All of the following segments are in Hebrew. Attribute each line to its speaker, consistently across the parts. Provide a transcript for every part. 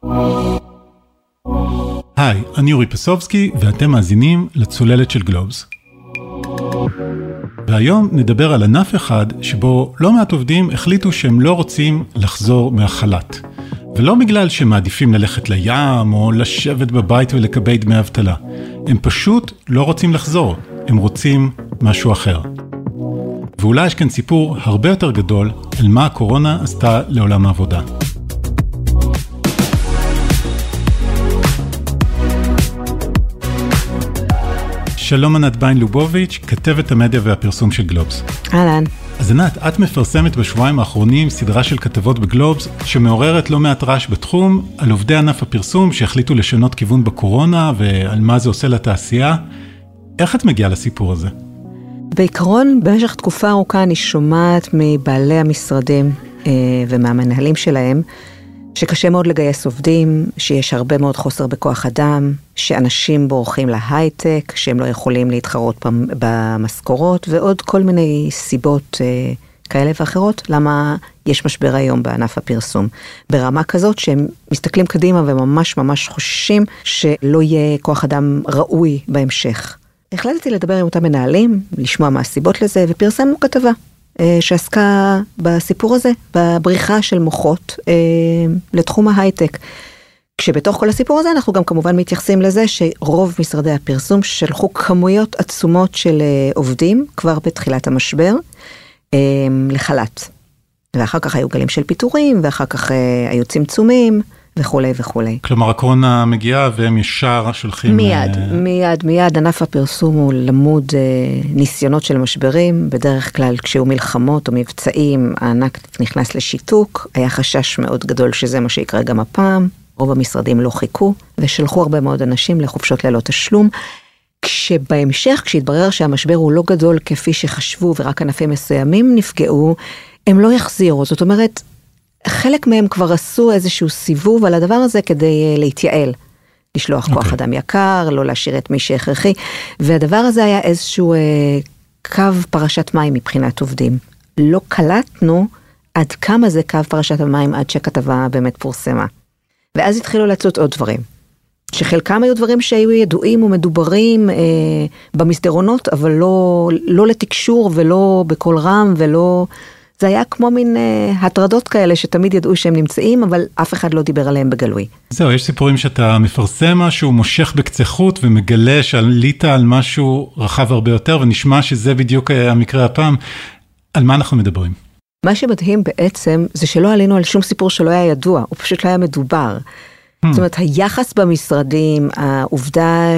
Speaker 1: היי, אני אורי פסובסקי, ואתם מאזינים לצוללת של גלובס. והיום נדבר על ענף אחד שבו לא מעט עובדים החליטו שהם לא רוצים לחזור מהחל"ת. ולא בגלל שהם מעדיפים ללכת לים או לשבת בבית ולקבל דמי אבטלה. הם פשוט לא רוצים לחזור, הם רוצים משהו אחר. ואולי יש כאן סיפור הרבה יותר גדול על מה הקורונה עשתה לעולם העבודה. שלום ענת ביין לובוביץ', כתבת המדיה והפרסום של גלובס.
Speaker 2: אהלן.
Speaker 1: אז ענת, את מפרסמת בשבועיים האחרונים סדרה של כתבות בגלובס, שמעוררת לא מעט רעש בתחום, על עובדי ענף הפרסום שהחליטו לשנות כיוון בקורונה, ועל מה זה עושה לתעשייה. איך את מגיעה לסיפור הזה?
Speaker 2: בעיקרון, במשך תקופה ארוכה אני שומעת מבעלי המשרדים ומהמנהלים שלהם, שקשה מאוד לגייס עובדים, שיש הרבה מאוד חוסר בכוח אדם, שאנשים בורחים להייטק, שהם לא יכולים להתחרות במשכורות, ועוד כל מיני סיבות כאלה ואחרות, למה יש משבר היום בענף הפרסום. ברמה כזאת שהם מסתכלים קדימה וממש ממש חוששים שלא יהיה כוח אדם ראוי בהמשך. החלטתי לדבר עם אותם מנהלים, לשמוע מה הסיבות לזה, ופרסמנו כתבה. שעסקה בסיפור הזה, בבריחה של מוחות לתחום ההייטק. כשבתוך כל הסיפור הזה אנחנו גם כמובן מתייחסים לזה שרוב משרדי הפרסום שלחו כמויות עצומות של עובדים כבר בתחילת המשבר לחל"ת. ואחר כך היו גלים של פיטורים, ואחר כך היו צמצומים, וכו' וכו'.
Speaker 1: כלומר, הקורונה מגיעה והם ישר שולחים...
Speaker 2: מיד. ענף הפרסום הוא למוד ניסיונות של משברים. בדרך כלל כשהוא מלחמות או מבצעים, הענק נכנס לשיתוק. היה חשש מאוד גדול שזה מה שיקרה גם הפעם. רוב המשרדים לא חיכו, ושלחו הרבה מאוד אנשים לחופשות ללא תשלום. כשבהמשך, כשהתברר שהמשבר הוא לא גדול כפי שחשבו, ורק ענפים מסוימים נפגעו, הם לא יחזירו. זאת אומרת, חלק מהם כבר עשו איזשהו סיבוב על הדבר הזה כדי להתייעל. לשלוח כוח אדם יקר, לא להשאיר את מי שהכרחי. והדבר הזה היה איזשהו קו פרשת מים מבחינת עובדים. לא קלטנו עד כמה זה קו פרשת המים עד שהכתבה באמת פורסמה. ואז התחילו לצאת עוד דברים. שחלקם היו דברים שהיו ידועים ומדוברים במסדרונות, אבל לא לתקשור ולא בכל רם ולא... זה היה כמו מין הטרדות כאלה שתמיד ידעו שהם נמצאים, אבל אף אחד לא דיבר עליהם בגלוי.
Speaker 1: זהו, יש סיפורים שאתה מפרסם משהו, מושך בקצה חוט ומגלה שעלית על משהו רחב הרבה יותר, ונשמע שזה בדיוק המקרה הפעם. על מה אנחנו מדברים?
Speaker 2: מה שמדהים בעצם זה שלא עלינו על שום סיפור שלא היה ידוע, הוא פשוט לא היה מדובר. זאת אומרת, היחס במשרדים, העובדה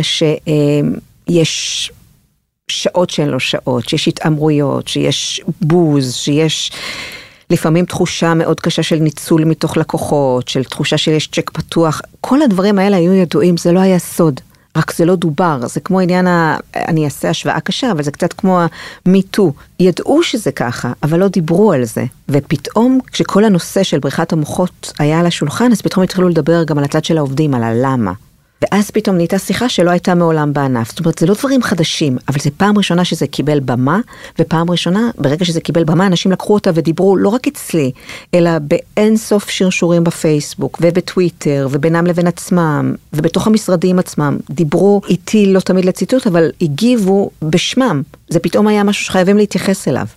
Speaker 2: שיש... שעות שהן לא שעות, שיש התאמרויות, שיש בוז, שיש לפעמים תחושה מאוד קשה של ניצול מתוך לקוחות, של תחושה שיש צ'ק פתוח, כל הדברים האלה היו ידועים, זה לא היה סוד, רק זה לא דובר, זה כמו עניין, אני אעשה השוואה קשה, אבל זה קצת כמו ה-MeToo, ידעו שזה ככה, אבל לא דיברו על זה, ופתאום כשכל הנושא של בריחת המוחות היה על השולחן, אז פתאום התחילו לדבר גם על הצד של העובדים, על הלמה. ואז פתאום נהייתה שיחה שלא הייתה מעולם בענף. זאת אומרת, זה לא דברים חדשים, אבל זה פעם ראשונה שזה קיבל במה, ופעם ראשונה, ברגע שזה קיבל במה, אנשים לקחו אותה ודיברו לא רק אצלי, אלא באין סוף שרשורים בפייסבוק, ובטוויטר, ובינם לבין עצמם, ובתוך המשרדים עצמם. דיברו איתי לא תמיד לציטוט, אבל הגיבו בשמם. זה פתאום היה משהו שחייבים להתייחס אליו.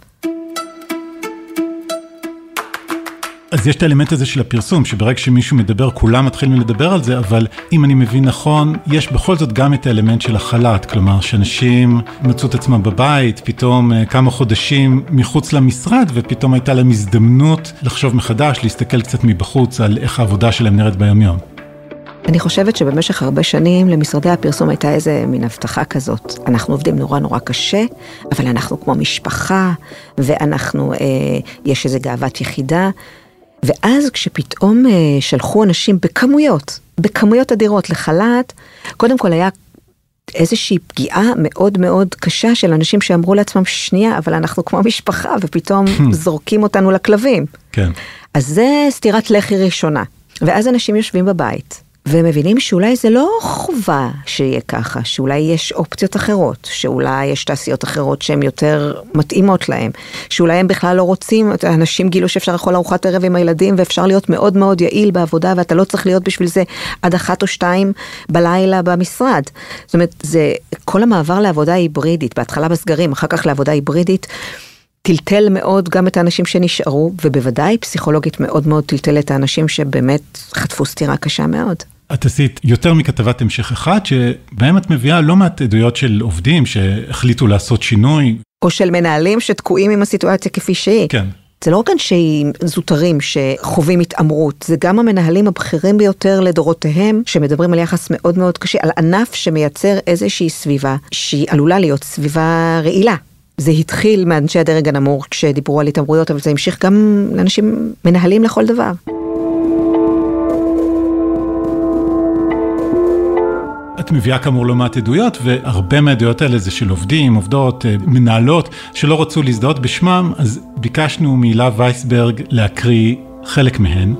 Speaker 1: אז יש את האלמנט הזה של הפרסום, שברגע שמישהו מדבר, כולם מתחילים לדבר על זה, אבל אם אני מבין נכון, יש בכל זאת גם את האלמנט של החל"ת, כלומר, שאנשים מצאו את עצמם בבית, פתאום כמה חודשים מחוץ למשרד, ופתאום הייתה להם הזדמנות לחשוב מחדש, להסתכל קצת מבחוץ על איך העבודה שלהם נראית ביום יום.
Speaker 2: אני חושבת שבמשך הרבה שנים למשרדי הפרסום הייתה איזה מין הבטחה כזאת. אנחנו עובדים נורא נורא קשה, אבל אנחנו כמו משפחה, ואנחנו, יש איזו גאוות יחידה, ואז כשפתאום שלחו אנשים בכמויות אדירות לחל"ת, קודם כל היה איזושהי פגיעה מאוד מאוד קשה של אנשים שאמרו לעצמם שנייה, אבל אנחנו כמו משפחה, ופתאום זורקים אותנו לכלבים.
Speaker 1: כן.
Speaker 2: אז זה סתירת לחי ראשונה. ואז אנשים יושבים בבית, והם מבינים שאולי זה לא חובה שיהיה ככה, שאולי יש אופציות אחרות, שאולי יש תעשיות אחרות שהן יותר מתאימות להם, שאולי הם בכלל לא רוצים, אנשים גילו שאפשר לאכול ארוחת ערב עם הילדים, ואפשר להיות מאוד מאוד יעיל בעבודה, ואתה לא צריך להיות בשביל זה עד 1 או 2 בלילה במשרד. זאת אומרת, זה כל המעבר לעבודה היברידית, בהתחלה בסגרים, אחר כך לעבודה היברידית, טלטל מאוד גם את האנשים שנשארו, ובוודאי פסיכולוגית מאוד מאוד טלטל את האנשים שבאמת חטפו סתירה קשה מאוד.
Speaker 1: את עשית יותר מכתבת המשך אחד, שבהם את מביאה לא מעט עדויות של עובדים שהחליטו לעשות שינוי.
Speaker 2: או של מנהלים שתקועים עם הסיטואציה כפי שהיא.
Speaker 1: כן.
Speaker 2: זה לא רק אנשי זוטרים שחווים התאמרות, זה גם המנהלים הבכירים ביותר לדורותיהם, שמדברים על יחס מאוד מאוד קשה, על ענף שמייצר איזושהי סביבה, שהיא עלולה להיות סביבה רעילה. זה התחיל מאנשי הדרג הנמוך כשדיברו על התאמרויות, אבל זה המשיך גם לאנשים מנהלים לכל דבר.
Speaker 1: את מביאה כאמור לא מעט עדויות, והרבה מהעדויות האלה זה של עובדים, עובדות, מנהלות, שלא רצו להזדהות בשמם, אז ביקשנו מהילה וייסברג להקריא חלק מהן.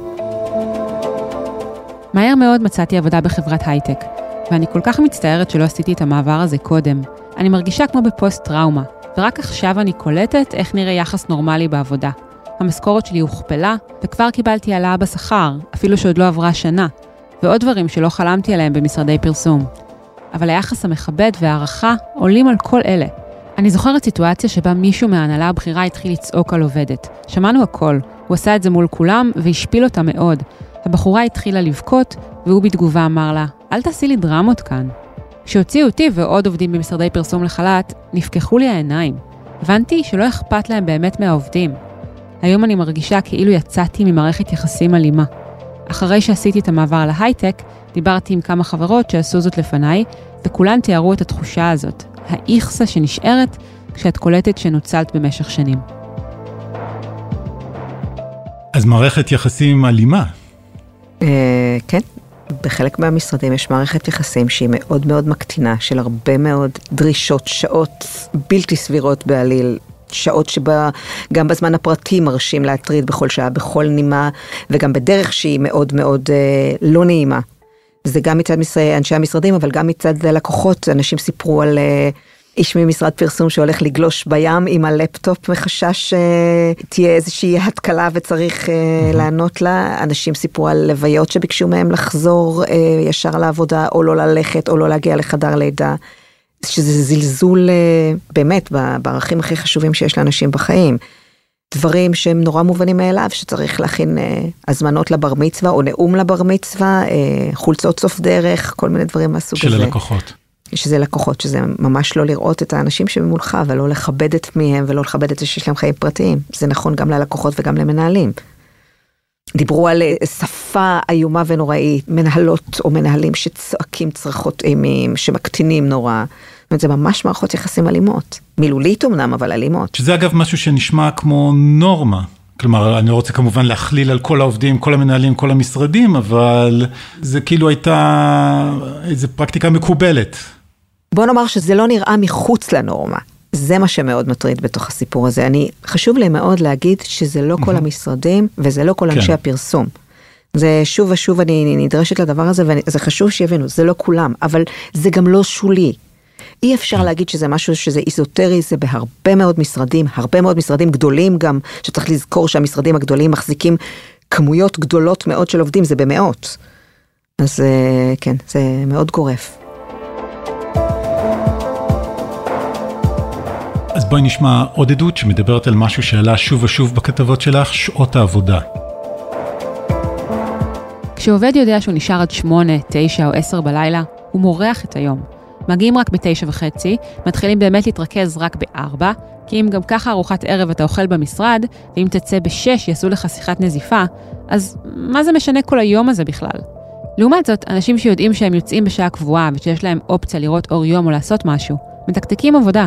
Speaker 3: מהר מאוד מצאתי עבודה בחברת הייטק, ואני כל כך מצטערת שלא עשיתי את המעבר הזה קודם. אני מרגישה כמו בפוסט טראומה, ורק עכשיו אני קולטת איך נראה יחס נורמלי בעבודה. המשכורת שלי הוכפלה, וכבר קיבלתי העלאה בשכר, אפילו שעוד לא עברה שנה, ועוד דברים שלא חלמתי עליהם במשרדי פרסום. אבל היחס המכבד והערכה עולים על כל אלה. אני זוכרת סיטואציה שבה מישהו מההנהלה הבכירה התחיל לצעוק על עובדת. שמענו הכל, הוא עשה את זה מול כולם והשפיל אותה מאוד. הבחורה התחילה לבכות, והוא בתגובה אמר לה, אל תעשי לי דרמות כאן. כשהוציאו אותי ועוד עובדים במשרדי פרסום לחל"ת, נפקחו לי העיניים. הבנתי שלא אכפת להם באמת מהעובדים. היום אני מרגישה כאילו יצאתי ממערכת יחסים אלימה. אחרי שעשיתי את המעבר להייטק, דיברתי עם כמה חברות שעשו זאת לפניי, וכולן תיארו את התחושה הזאת, האיכסה שנשארת כשאת קולטת שנוצלת במשך שנים.
Speaker 1: אז מערכת יחסים אלימה.
Speaker 2: כן, בחלק מהמשרדים יש מערכת יחסים שהיא מאוד מאוד מקטינה, של הרבה מאוד דרישות, שעות בלתי סבירות בעליל, שעות שבה גם בזמן הפרטי מרשים להטריד בכל שעה, בכל נימה, וגם בדרך שהיא מאוד מאוד לא נעימה. זה גם מצד אנשי המשרדים, אבל גם מצד לקוחות. אנשים סיפרו על איש ממשרד פרסום שהולך לגלוש בים עם הלפטופ מחשש שתהיה איזושהי התקלה וצריך לענות לה. אנשים סיפרו על לוויות שביקשו מהם לחזור ישר לעבודה, או לא ללכת, או לא להגיע לחדר לידה. שזה זלזול באמת בערכים הכי חשובים שיש לאנשים בחיים. דברים שהם נורא מובנים מאליו, שצריך להכין הזמנות לבר מצווה, או נאום לבר מצווה, חולצות סוף דרך, כל מיני דברים מהסוג הזה.
Speaker 1: של הלקוחות.
Speaker 2: שזה לקוחות, שזה ממש לא לראות את האנשים שממולך, ולא לכבד את מהם, ולא לכבד את זה שיש להם חיים פרטיים. זה נכון גם ללקוחות וגם למנהלים. דיברו על שפה איומה ונוראית, מנהלות או מנהלים שצועקים צרחות אימים, שמקטינים נורא. זאת אומרת, זה ממש מערכות יחסים אלימות. מילולית אמנם, אבל אלימות. שזה
Speaker 1: אגב משהו שנשמע כמו נורמה. כלומר, אני לא רוצה כמובן להכליל על כל העובדים, כל המנהלים, כל המשרדים, אבל זה כאילו הייתה איזו פרקטיקה מקובלת.
Speaker 2: בוא נאמר שזה לא נראה מחוץ לנורמה. זה מה שמאוד מטריד בתוך הסיפור הזה. חשוב לי מאוד להגיד שזה לא כל המשרדים, וזה לא כל אנשי הפרסום. זה שוב ושוב אני נדרשת לדבר הזה, וזה חשוב שיבינו, זה לא כולם, אבל זה גם לא שולי. אי אפשר להגיד שזה משהו שזה איזוטרי, זה בהרבה מאוד משרדים, הרבה מאוד משרדים גדולים גם, שצריך לזכור שהמשרדים הגדולים מחזיקים כמויות גדולות מאוד של עובדים, זה במאות. אז כן, זה מאוד גורף.
Speaker 1: אז בואי נשמע עוד עדות שמדברת על משהו שעלה שוב ושוב בכתבות שלך, שעות העבודה.
Speaker 3: כשעובד יודע שהוא נשאר עד 8, 9 או 10 בלילה, הוא מורח את היום. מגיעים רק ב9:30, מתחילים באמת להתרכז רק ב4, כי אם גם ככה ארוחת ערב אתה אוכל במשרד, ואם תצא ב6 יעשו לך שיחת נזיפה, אז מה זה משנה כל היום הזה בכלל? לעומת זאת, אנשים שיודעים שהם יוצאים בשעה קבועה, ושיש להם אופציה לראות אור יום או לעשות משהו, מתקתקים עבודה.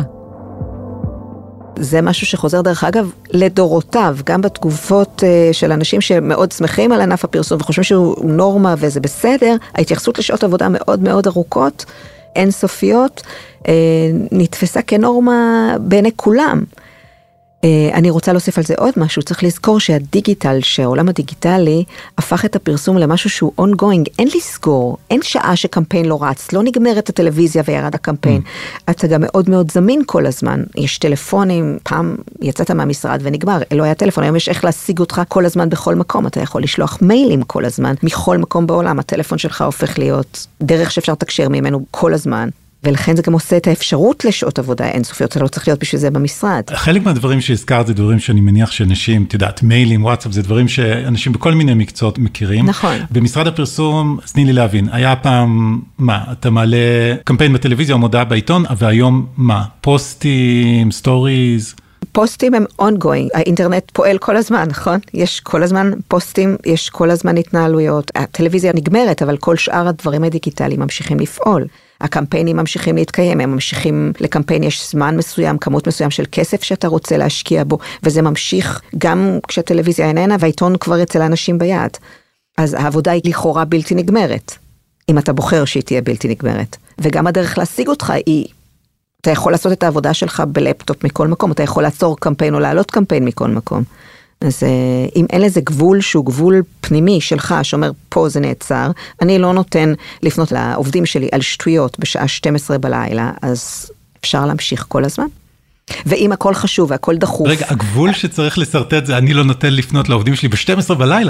Speaker 2: זה משהו שחוזר דרך אגב לדורותיו, גם בתגובות של אנשים שמאוד שמחים על ענף הפרסום, וחושבים שהוא נורמה וזה בסדר, ההתייחסות לשעות עבודה מאוד מאוד ארוכות, אינסופיות, נתפסה כנורמה בעיני כולם. אני רוצה להוסיף על זה עוד משהו, צריך לזכור שהדיגיטל, שהעולם הדיגיטלי הפך את הפרסום למשהו שהוא ongoing, אין לסגור, אין שעה שקמפיין לא רץ, לא נגמרת הטלוויזיה וירד הקמפיין, אתה גם מאוד מאוד זמין כל הזמן, יש טלפונים, פעם יצאת מהמשרד ונגמר, לא היה טלפון, היום יש איך להשיג אותך כל הזמן בכל מקום, אתה יכול לשלוח מיילים כל הזמן, מכל מקום בעולם, הטלפון שלך הופך להיות דרך שאפשר לתקשר ממנו כל הזמן, ולכן זה גם עושה את האפשרות לשעות עבודה אינסופיות, זה לא צריך להיות בשביל זה במשרד.
Speaker 1: חלק מהדברים שהזכרת זה דברים שאני מניח שאנשים, תדעת, מיילים, וואטסאפ, זה דברים שאנשים בכל מיני מקצועות מכירים.
Speaker 2: נכון.
Speaker 1: במשרד הפרסום, אז תני לי להבין, היה פעם, מה, אתה מעלה קמפיין בטלוויזיה או מודעה בעיתון, והיום מה, פוסטים, סטוריז?
Speaker 2: פוסטים הם ongoing, האינטרנט פועל כל הזמן, נכון? יש כל הזמן פוסטים, יש כל הזמן התנהלויות, הטלוויזיה נגמרת, אבל כל שאר הדברים הדיגיטליים ממשיכים לפעול. הקמפיינים ממשיכים להתקיים, הם ממשיכים לקמפיין, יש זמן מסוים, כמות מסוים של כסף שאתה רוצה להשקיע בו, וזה ממשיך גם כשהטלוויזיה איננה, והעיתון כבר אצל האנשים ביד. אז העבודה היא לכאורה בלתי נגמרת, אם אתה בוחר שהיא תהיה בלתי נגמרת. וגם הדרך להשיג אותך היא, אתה יכול לעשות את העבודה שלך בלפטופ מכל מקום, אתה יכול לעצור קמפיין או לעלות קמפיין מכל מקום. אז אם אין לזה גבול שהוא גבול פנימי שלך, שאומר פה זה נעצר, אני לא נותן לפנות לעובדים שלי על שטויות בשעה 12 בלילה, אז אפשר להמשיך כל הזמן. ואם הכל חשוב והכל דחוף.
Speaker 1: רגע, הגבול שצריך לסרטט זה אני לא נותן לפנות לעובדים שלי ב-12 בלילה.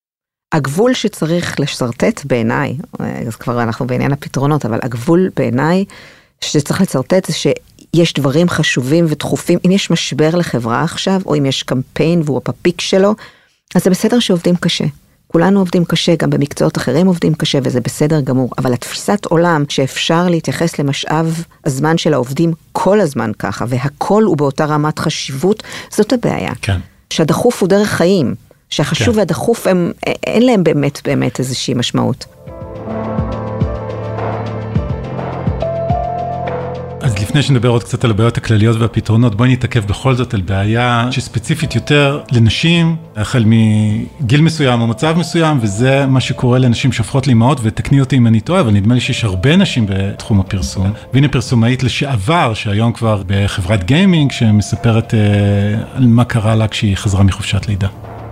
Speaker 2: הגבול שצריך לסרטט בעיניי, אז כבר אנחנו בעניין הפתרונות, אבל הגבול בעיניי שצריך לסרטט זה יש דברים חשובים ודחופים, אם יש משבר לחברה עכשיו, או אם יש קמפיין והוא בפיק שלו, אז זה בסדר שעובדים קשה. כולנו עובדים קשה, גם במקצועות אחרים עובדים קשה, וזה בסדר גמור. אבל התפיסת עולם שאפשר להתייחס למשאב הזמן של העובדים כל הזמן ככה, והכל הוא באותה רמת חשיבות, זאת הבעיה.
Speaker 1: כן.
Speaker 2: שהדחוף הוא דרך חיים, שהחשוב והדחוף אין להם באמת איזושהי משמעות.
Speaker 1: אז לפני שנדבר עוד קצת על הבעיות הכלליות והפתרונות, בואי נתעכב בכל זאת על בעיה שספציפית יותר לנשים, החל מגיל מסוים או מצב מסוים, וזה מה שקורה לנשים שהופכות לאימהות, ותקני אותי אם אני טועה, אבל נדמה לי שיש הרבה נשים בתחום הפרסום. והנה פרסומאית לשעבר, שהיום כבר בחברת גיימינג, שמספרת על מה קרה לה כשהיא חזרה מחופשת לידה.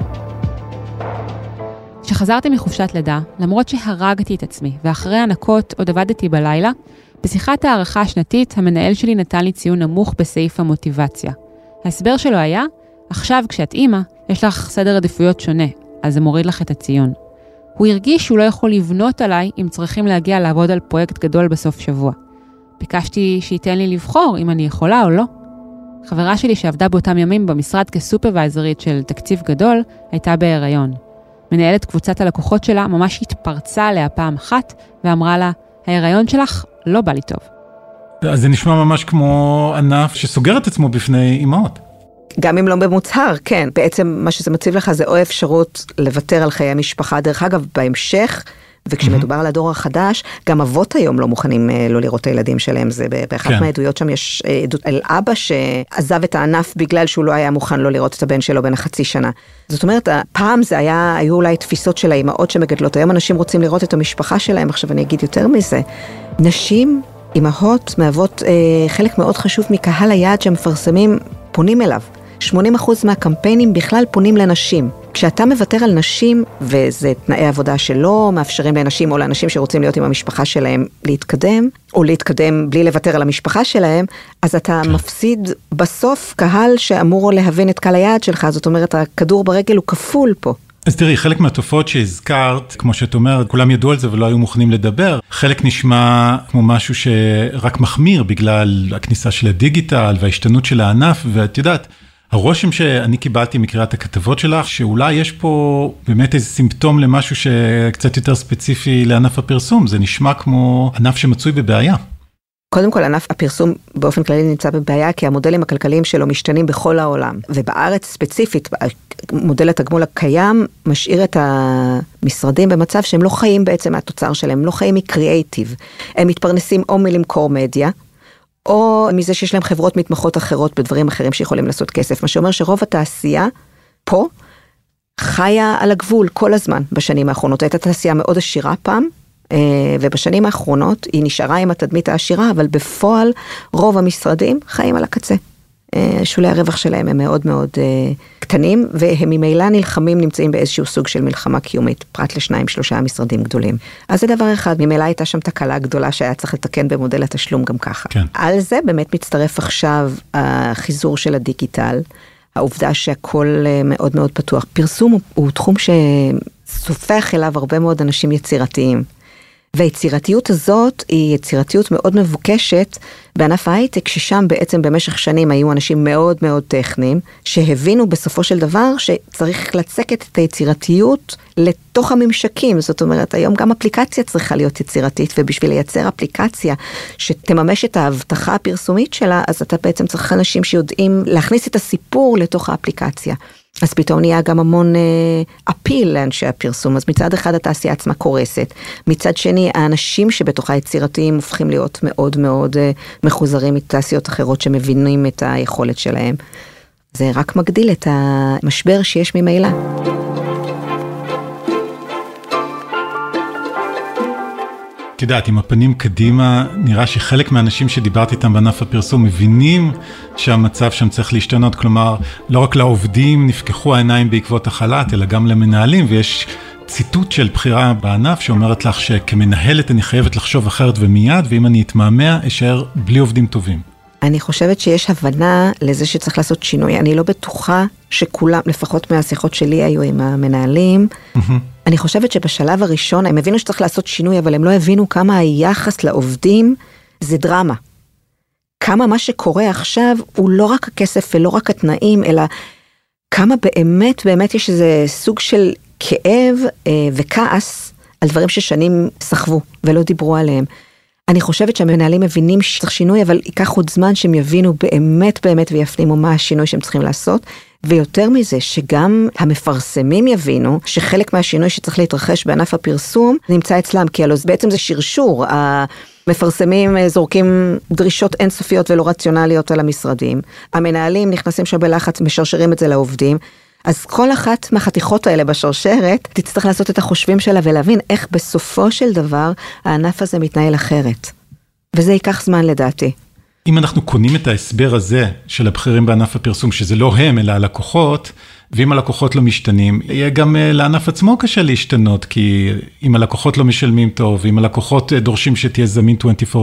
Speaker 3: כשחזרתי מחופשת לידה, למרות שהרגתי את עצמי, ואחרי הנקות עוד עבדתי בלילה, בשיחת הערכה השנתית, המנהל שלי נתן לי ציון נמוך בסעיף המוטיבציה. ההסבר שלו היה, עכשיו כשאת אימא, יש לך סדר עדיפויות שונה, אז זה מוריד לך את הציון. הוא הרגיש שהוא לא יכול לבנות עליי אם צריכים להגיע לעבוד על פרויקט גדול בסוף שבוע. ביקשתי שייתן לי לבחור אם אני יכולה או לא. חברה שלי שעבדה באותם ימים במשרד כסופרוויזרית של תקציב גדול, הייתה בהיריון. מנהלת קבוצת הלקוחות שלה ממש התפרצה עליה פעם אחת, ואמרה לה, ההיריון שלך לא בא לי טוב.
Speaker 1: אז זה נשמע ממש כמו ענף שסוגר את עצמו בפני אימהות.
Speaker 2: גם אם לא במוצהר, כן. בעצם מה שזה מציב לך זה או אפשרות לוותר על חיי המשפחה. דרך אגב, בהמשך, וכשמדובר על הדור החדש, גם אבות היום לא מוכנים לא לראות את הילדים שלהם. זה באחת מהעדויות שם יש עדות על אבא שעזב את הענף בגלל שהוא לא היה מוכן לא לראות את הבן שלו בין החצי שנה. זאת אומרת, פעם זה היו אולי תפיסות של האימהות שמגדלות. היום אנשים רוצים לראות את המשפחה שלהם. עכשיו אני אגיד יותר מזה. נשים, אימהות, מהוות חלק מאוד חשוב מקהל היעד שהמפרסמים פונים אליו. 80% מהקמפיינים בכלל פונים לנשים. כשאתה מוותר על נשים, וזה תנאי עבודה שלא מאפשרים לנשים או לאנשים שרוצים להיות עם המשפחה שלהם להתקדם, או להתקדם בלי לוותר על המשפחה שלהם, אז אתה מפסיד בסוף קהל שאמור להבין את קהל היעד שלך. זאת אומרת, הכדור ברגל הוא כפול פה.
Speaker 1: אז תראי, חלק מהתופעות שהזכרת, כמו שאת אומרת, כולם ידעו על זה ולא היו מוכנים לדבר. חלק נשמע כמו משהו שרק מחמיר בגלל הכניסה של הדיגיטל וההשתנות של הענף, ואת יודעת, הרושם שאני קיבלתי מקריאת הכתבות שלך, שאולי יש פה באמת איזה סימפטום למשהו שקצת יותר ספציפי לענף הפרסום. זה נשמע כמו ענף שמצוי בבעיה.
Speaker 2: קודם כל, ענף הפרסום באופן כללי נמצא בבעיה, כי המודלים הכלכליים שלו משתנים בכל העולם. ובארץ ספציפית, מודל התגמול הקיים משאיר את המשרדים במצב שהם לא חיים בעצם מהתוצר שלהם, הם לא חיים מקריאייטיב. הם מתפרנסים או מלמכור מדיה, או מזה שיש להם חברות מתמחות אחרות בדברים אחרים שיכולים לעשות כסף. מה שאומר שרוב התעשייה פה חיה על הגבול כל הזמן בשנים האחרונות. הייתה תעשייה מאוד עשירה פעם, ובשנים האחרונות היא נשארה עם התדמית העשירה, אבל בפועל רוב המשרדים חיים על הקצה. שולי הרווח שלהם הם מאוד מאוד קטנים, והם ממילא נמצאים באיזשהו סוג של מלחמה קיומית, פרט ל2-3 משרדים גדולים. אז זה דבר אחד, ממילא הייתה שם תקלה גדולה שהיה צריך לתקן במודל התשלום גם ככה. כן. על זה באמת מצטרף עכשיו החיזור של הדיגיטל, העובדה שהכל מאוד מאוד פתוח. פרסום הוא תחום שסופח אליו הרבה מאוד אנשים יצירתיים. והיצירתיות הזאת היא יצירתיות מאוד מבוקשת בענף ההייטק, ששם בעצם במשך שנים היו אנשים מאוד מאוד טכניים, שהבינו בסופו של דבר שצריך לצקת את היצירתיות לתוך הממשקים. זאת אומרת, היום גם אפליקציה צריכה להיות יצירתית, ובשביל לייצר אפליקציה שתממש את ההבטחה הפרסומית שלה, אז אתה בעצם צריך אנשים שיודעים להכניס את הסיפור לתוך האפליקציה. אז פתאום נהיה גם המון אפיל לאנשי הפרסום, אז מצד אחד התעשייה עצמה קורסת, מצד שני האנשים שבתוך היצירתיים הופכים להיות מאוד מאוד מחוזרים מתעשיות אחרות שמבינים את היכולת שלהם. זה רק מגדיל את המשבר שיש ממילא.
Speaker 1: את יודעת, עם הפנים קדימה, נראה שחלק מהאנשים שדיברתי איתם בענף הפרסום מבינים שהמצב שם צריך להשתנות, כלומר, לא רק לעובדים נפקחו העיניים בעקבות החל"ת, אלא גם למנהלים, ויש ציטוט של בחירה בענף שאומרת לך שכמנהלת אני חייבת לחשוב אחרת ומיד, ואם אני אתמהמה, אשאר בלי עובדים טובים.
Speaker 2: אני חושבת שיש הבנה לזה שצריך לעשות שינוי. אני לא בטוחה שכולם, לפחות מהשיחות שלי היו עם המנהלים, אני חושבת שבשלב הראשון הם הבינו שצריך לעשות שינוי, אבל הם לא הבינו כמה היחס לעובדים זה דרמה. כמה מה שקורה עכשיו הוא לא רק הכסף ולא רק התנאים, אלא כמה באמת יש איזה סוג של כאב וכעס על דברים ששנים סחבו ולא דיברו עליהם. אני חושבת שהמנהלים מבינים שצריך שינוי, אבל ייקח עוד זמן שהם יבינו באמת ויפנימו מה השינוי שהם צריכים לעשות, ויותר מזה שגם המפרסמים יבינו שחלק מהשינוי שצריך להתרחש בענף הפרסום נמצא אצלם, כי בעצם זה שרשור, המפרסמים זורקים דרישות אינסופיות ולא רציונליות על המשרדים, המנהלים נכנסים שם בלחץ, משרשרים את זה לעובדים, אז כל אחת מהחתיכות האלה בשרשרת תצטרך לעשות את החושבים שלה ולהבין איך בסופו של דבר הענף הזה מתנהל אחרת. וזה ייקח זמן לדעתי.
Speaker 1: אם אנחנו קונים את ההסבר הזה של הבחירים בענף הפרסום, שזה לא הם אלא הלקוחות, ואם הלקוחות לא משתנים, יהיה גם לענף עצמו קשה להשתנות, כי אם הלקוחות לא משלמים טוב, אם הלקוחות דורשים שתהיה זמין 24/7,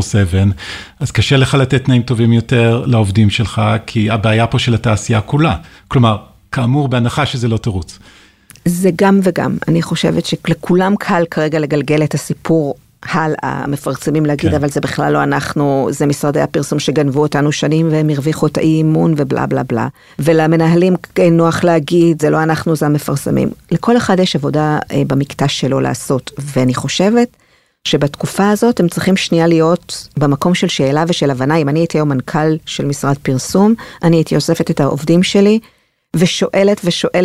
Speaker 1: אז קשה לך לתת תנאים טובים יותר לעובדים שלך, כי הבעיה פה של התעשייה כולה. כלומר, כאמור, בהנחה שזה לא תירוץ.
Speaker 2: זה גם וגם. אני חושבת שלכולם קל כרגע לגלגל את הסיפור הלאה, מפרסמים להגיד, אבל זה בכלל לא אנחנו, זה משרדי הפרסום שגנבו אותנו שנים, והם הרוויחו את האי-אימון ובלה בלה בלה. ולמנהלים נוח להגיד, זה לא אנחנו, זה המפרסמים. לכל אחד יש עבודה במקטע שלו לעשות, ואני חושבת שבתקופה הזאת הם צריכים שנייה להיות במקום של שאלה ושל הבנה. אם אני הייתי היום מנכ"ל של משרד פרסום, אני הייתי אוספת את העובדים שלי, ושואלת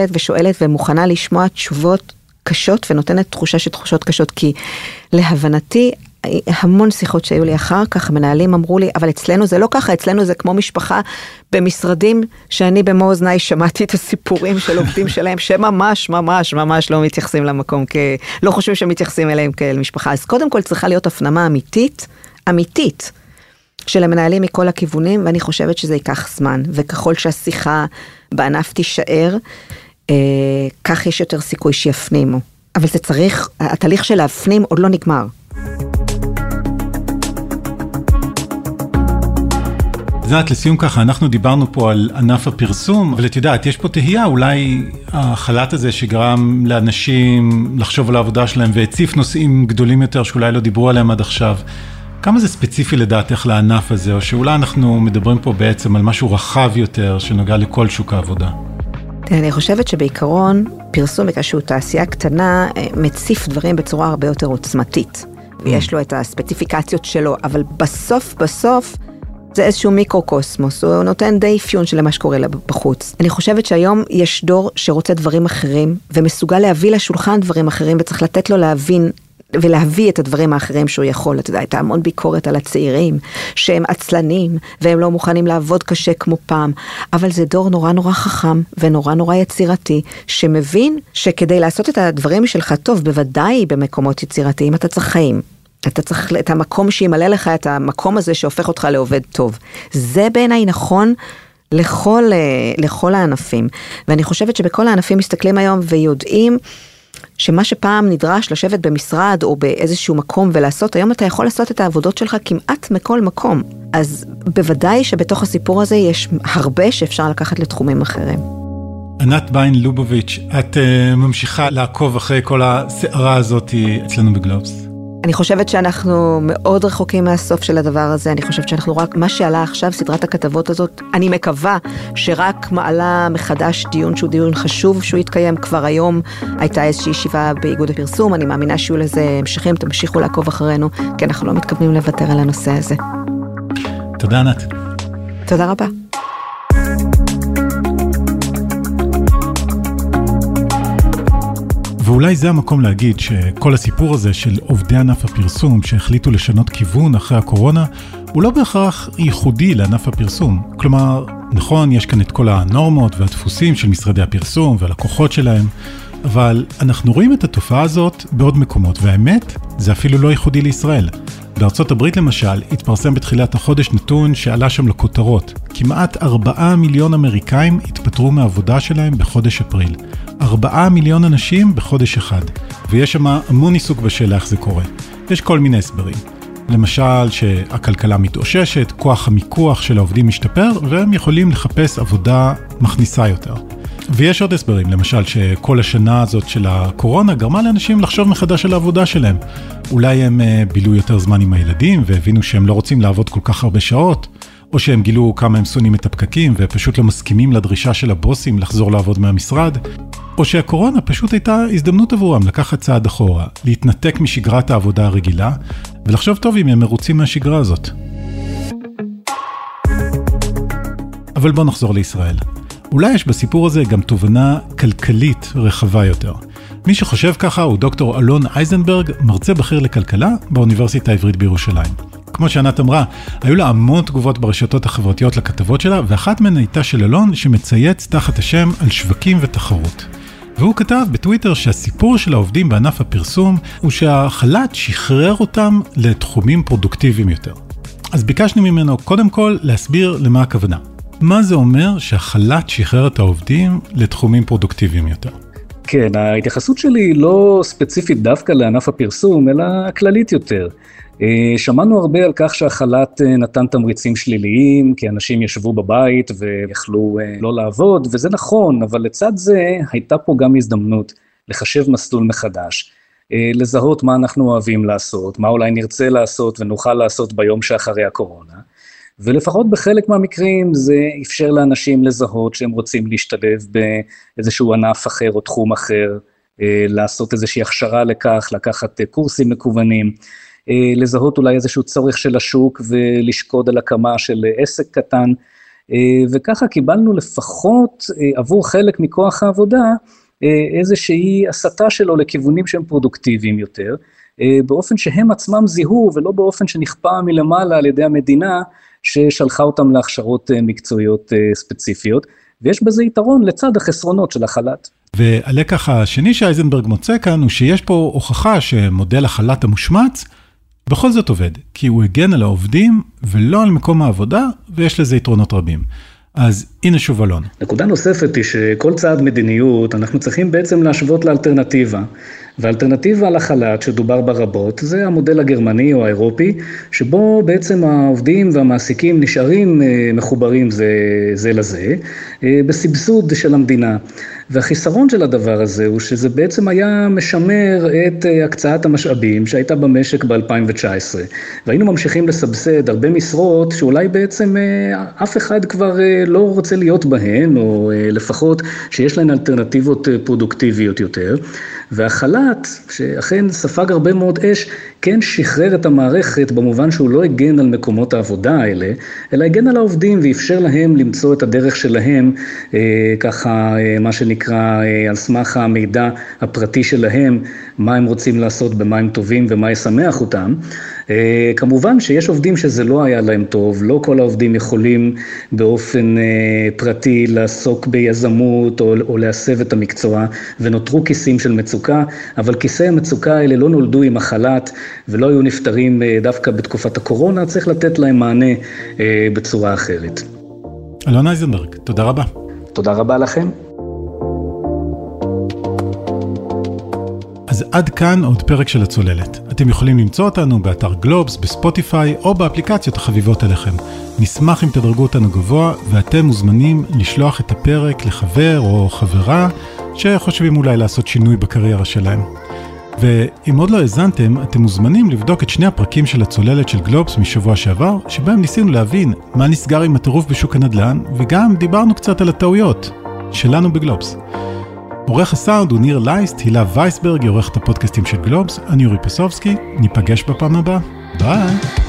Speaker 2: ומוכנה לשמוע תשובות קשות, ונותנת תחושה של תחושות קשות, כי להבנתי, המון שיחות שהיו לי אחר כך, המנהלים אמרו לי, אבל אצלנו זה לא ככה, אצלנו זה כמו משפחה במשרדים, שאני במו אוזניי שמעתי את הסיפורים של עובדים שלהם, שממש לא מתייחסים למקום, לא חושבים שמתייחסים אליהם כאל משפחה. אז קודם כל צריכה להיות הפנמה אמיתית, של המנהלים מכל הכיוונים, ואני חושבת שזה ייקח זמן, וככל שהשיחה בענף תישאר, כך יש יותר סיכוי שיפנימו. אבל זה צריך, התהליך של להפנים עוד לא נגמר.
Speaker 1: זאת, לסיום ככה, אנחנו דיברנו פה על ענף הפרסום, אבל את יודעת, יש פה תהייה, אולי החל"ת הזה שגרם לאנשים לחשוב על העבודה שלהם, והציף נושאים גדולים יותר שאולי לא דיברו עליהם עד עכשיו. כמה זה ספציפי לדעתך לענף הזה, או שאולי אנחנו מדברים פה בעצם על משהו רחב יותר שנוגע לכל שוק העבודה?
Speaker 2: אני חושבת שבעיקרון פרסום, בגלל שהוא תעשייה קטנה, מציף דברים בצורה הרבה יותר עוצמתית. ויש לו את הספציפיקציות שלו, אבל בסוף זה איזשהו מיקרוקוסמוס, הוא נותן די אפיון של מה שקורה בחוץ. אני חושבת שהיום יש דור שרוצה דברים אחרים, ומסוגל להביא לשולחן דברים אחרים, וצריך לתת לו להבין ולהביא את הדברים האחרים שהוא יכול. אתה יודע, הייתה המון ביקורת על הצעירים, שהם עצלנים, והם לא מוכנים לעבוד קשה כמו פעם. אבל זה דור נורא חכם, ונורא יצירתי, שמבין שכדי לעשות את הדברים שלך טוב, בוודאי במקומות יצירתיים, אתה צריך חיים. אתה צריך את המקום שימלא לך, את המקום הזה שהופך אותך לעובד טוב. זה בעיניי נכון לכל הענפים. ואני חושבת שבכל הענפים מסתכלים היום ויודעים שמה שפעם נדרש לשבת במשרד או באיזשהו מקום ולעשות, היום אתה יכול לעשות את העבודות שלך כמעט מכל מקום. אז בוודאי שבתוך הסיפור הזה יש הרבה שאפשר לקחת לתחומים אחרים.
Speaker 1: ענת ביין לובוביץ', את ממשיכה לעקוב אחרי כל הסערה הזאת אצלנו בגלובס.
Speaker 2: אני חושבת שאנחנו מאוד רחוקים מהסוף של הדבר הזה, אני חושבת שאנחנו רק, מה שעלה עכשיו, סדרת הכתבות הזאת, אני מקווה שרק מעלה מחדש דיון שהוא דיון חשוב, שהוא יתקיים כבר היום, הייתה איזושהי ישיבה באיגוד הפרסום, אני מאמינה שיהיו לזה המשכים, תמשיכו לעקוב אחרינו, כי אנחנו לא מתכוונים לוותר על הנושא הזה.
Speaker 1: תודה ענת.
Speaker 2: תודה רבה.
Speaker 1: ואולי זה המקום להגיד שכל הסיפור הזה של עובדי ענף הפרסום שהחליטו לשנות כיוון אחרי הקורונה, הוא לא בהכרח ייחודי לענף הפרסום. כלומר, נכון, יש כאן את כל הנורמות והדפוסים של משרדי הפרסום והלקוחות שלהם, אבל אנחנו רואים את התופעה הזאת בעוד מקומות, והאמת, זה אפילו לא ייחודי לישראל. בארצות הברית למשל, התפרסם בתחילת החודש נתון שעלה שם לכותרות. כמעט 4 מיליון אמריקאים התפטרו מהעבודה שלהם בחודש אפריל. 4 מיליון אנשים בחודש אחד. ויש שם המון עיסוק בשאלה איך זה קורה. יש כל מיני הסברים. למשל שהכלכלה מתאוששת, כוח המיקוח של העובדים משתפר, והם יכולים לחפש עבודה מכניסה יותר. ויש עוד הסברים, למשל שכל השנה הזאת של הקורונה גרמה לאנשים לחשוב מחדש על העבודה שלהם. אולי הם בילו יותר זמן עם הילדים והבינו שהם לא רוצים לעבוד כל כך הרבה שעות, או שהם גילו כמה הם שונאים את הפקקים ופשוט לא מסכימים לדרישה של הבוסים לחזור לעבוד מהמשרד, או שהקורונה פשוט הייתה הזדמנות עבורם לקחת צעד אחורה, להתנתק משגרת העבודה הרגילה, ולחשוב טוב אם הם מרוצים מהשגרה הזאת. אבל בוא נחזור לישראל. אולי יש בסיפור הזה גם תובנה כלכלית רחבה יותר. מי שחושב ככה הוא דוקטור אלון אייזנברג, מרצה בכיר לכלכלה באוניברסיטה העברית בירושלים. כמו שענת אמרה, היו לה המון תגובות ברשתות החברתיות לכתבות שלה, ואחת מהן הייתה של אלון שמצייץ תחת השם על שווקים ותחרות. והוא כתב בטוויטר שהסיפור של העובדים בענף הפרסום הוא שהחל"ת שחרר אותם לתחומים פרודוקטיביים יותר. אז ביקשנו ממנו קודם כל להסביר למה הכוונה. מה זה אומר שהחל"ת שחרר את העובדים לתחומים פרודוקטיביים יותר?
Speaker 4: כן, ההתייחסות שלי היא לא ספציפית דווקא לענף הפרסום, אלא כללית יותר. שמענו הרבה על כך שהחל"ת נתן תמריצים שליליים, כי אנשים ישבו בבית ויכלו לא לעבוד, וזה נכון, אבל לצד זה הייתה פה גם הזדמנות לחשב מסלול מחדש, לזהות מה אנחנו אוהבים לעשות, מה אולי נרצה לעשות ונוכל לעשות ביום שאחרי הקורונה, ולפחות בחלק מהמקרים זה אפשר לאנשים לזהות שהם רוצים להשתלב באיזשהו ענף אחר או תחום אחר, לעשות איזושהי הכשרה לכך, לקחת קורסים מקוונים, לזהות אולי איזשהו צורך של השוק ולשקוד על הקמה של עסק קטן, וככה קיבלנו לפחות עבור חלק מכוח העבודה איזושהי הסתה שלו לכיוונים שהם פרודוקטיביים יותר, באופן שהם עצמם זיהו ולא באופן שנכפה מלמעלה על ידי המדינה ששלחה אותם להכשרות מקצועיות ספציפיות, ויש בזה יתרון לצד החסרונות של החל"ת.
Speaker 1: והלקח השני שאייזנברג מוצא כאן הוא שיש פה הוכחה שמודל החל"ת המושמץ בכל זאת עובד, כי הוא הגן על העובדים ולא על מקום העבודה, ויש לזה יתרונות רבים. אז הנה שוב אלון.
Speaker 4: נקודה נוספת היא שכל צעד מדיניות אנחנו צריכים בעצם להשוות לאלטרנטיבה, והאלטרנטיבה לחל"ת שדובר בה רבות זה המודל הגרמני או האירופי, שבו בעצם העובדים והמעסיקים נשארים מחוברים זה לזה, בסבסוד של המדינה. והחיסרון של הדבר הזה הוא שזה בעצם היה משמר את הקצאת המשאבים שהייתה במשק ב-2019. והיינו ממשיכים לסבסד הרבה משרות שאולי בעצם אף אחד כבר לא רוצה להיות בהן, או לפחות שיש להן אלטרנטיבות פרודוקטיביות יותר. והחל"ת, שאכן ספג הרבה מאוד אש, כן שחרר את המערכת במובן שהוא לא הגן על מקומות העבודה האלה, אלא הגן על העובדים ואפשר להם למצוא את הדרך שלהם, ככה מה שנקרא על סמך המידע הפרטי שלהם, מה הם רוצים לעשות, במה הם טובים ומה ישמח אותם. כמובן שיש עובדים שזה לא היה להם טוב, לא כל העובדים יכולים באופן פרטי לעסוק ביזמות או להסב את המקצוע, ונותרו כיסים של מצוקה, אבל כיסי המצוקה האלה לא נולדו עם החל"ת ולא היו נפטרים דווקא בתקופת הקורונה, צריך לתת להם מענה בצורה אחרת.
Speaker 1: אלון אייזנברג, תודה רבה.
Speaker 4: תודה רבה לכם.
Speaker 1: אז עד כאן עוד פרק של הצוללת. אתם יכולים למצוא אותנו באתר גלובס, בספוטיפיי או באפליקציות החביבות אליכם. נשמח אם תדרגו אותנו גבוה, ואתם מוזמנים לשלוח את הפרק לחבר או חברה שחושבים אולי לעשות שינוי בקריירה שלהם. ואם עוד לא הזנתם, אתם מוזמנים לבדוק את שני הפרקים של הצוללת של גלובס משבוע שעבר, שבהם ניסינו להבין מה נסגר עם הטירוף בשוק הנדל"ן, וגם דיברנו קצת על הטעויות שלנו בגלובס. עורך הסאונד הוא ניר לייסט, הילה וייסברג, עורכת הפודקאסטים של גלובס, אני אורי פסובסקי, ניפגש בפעם הבאה, ביי!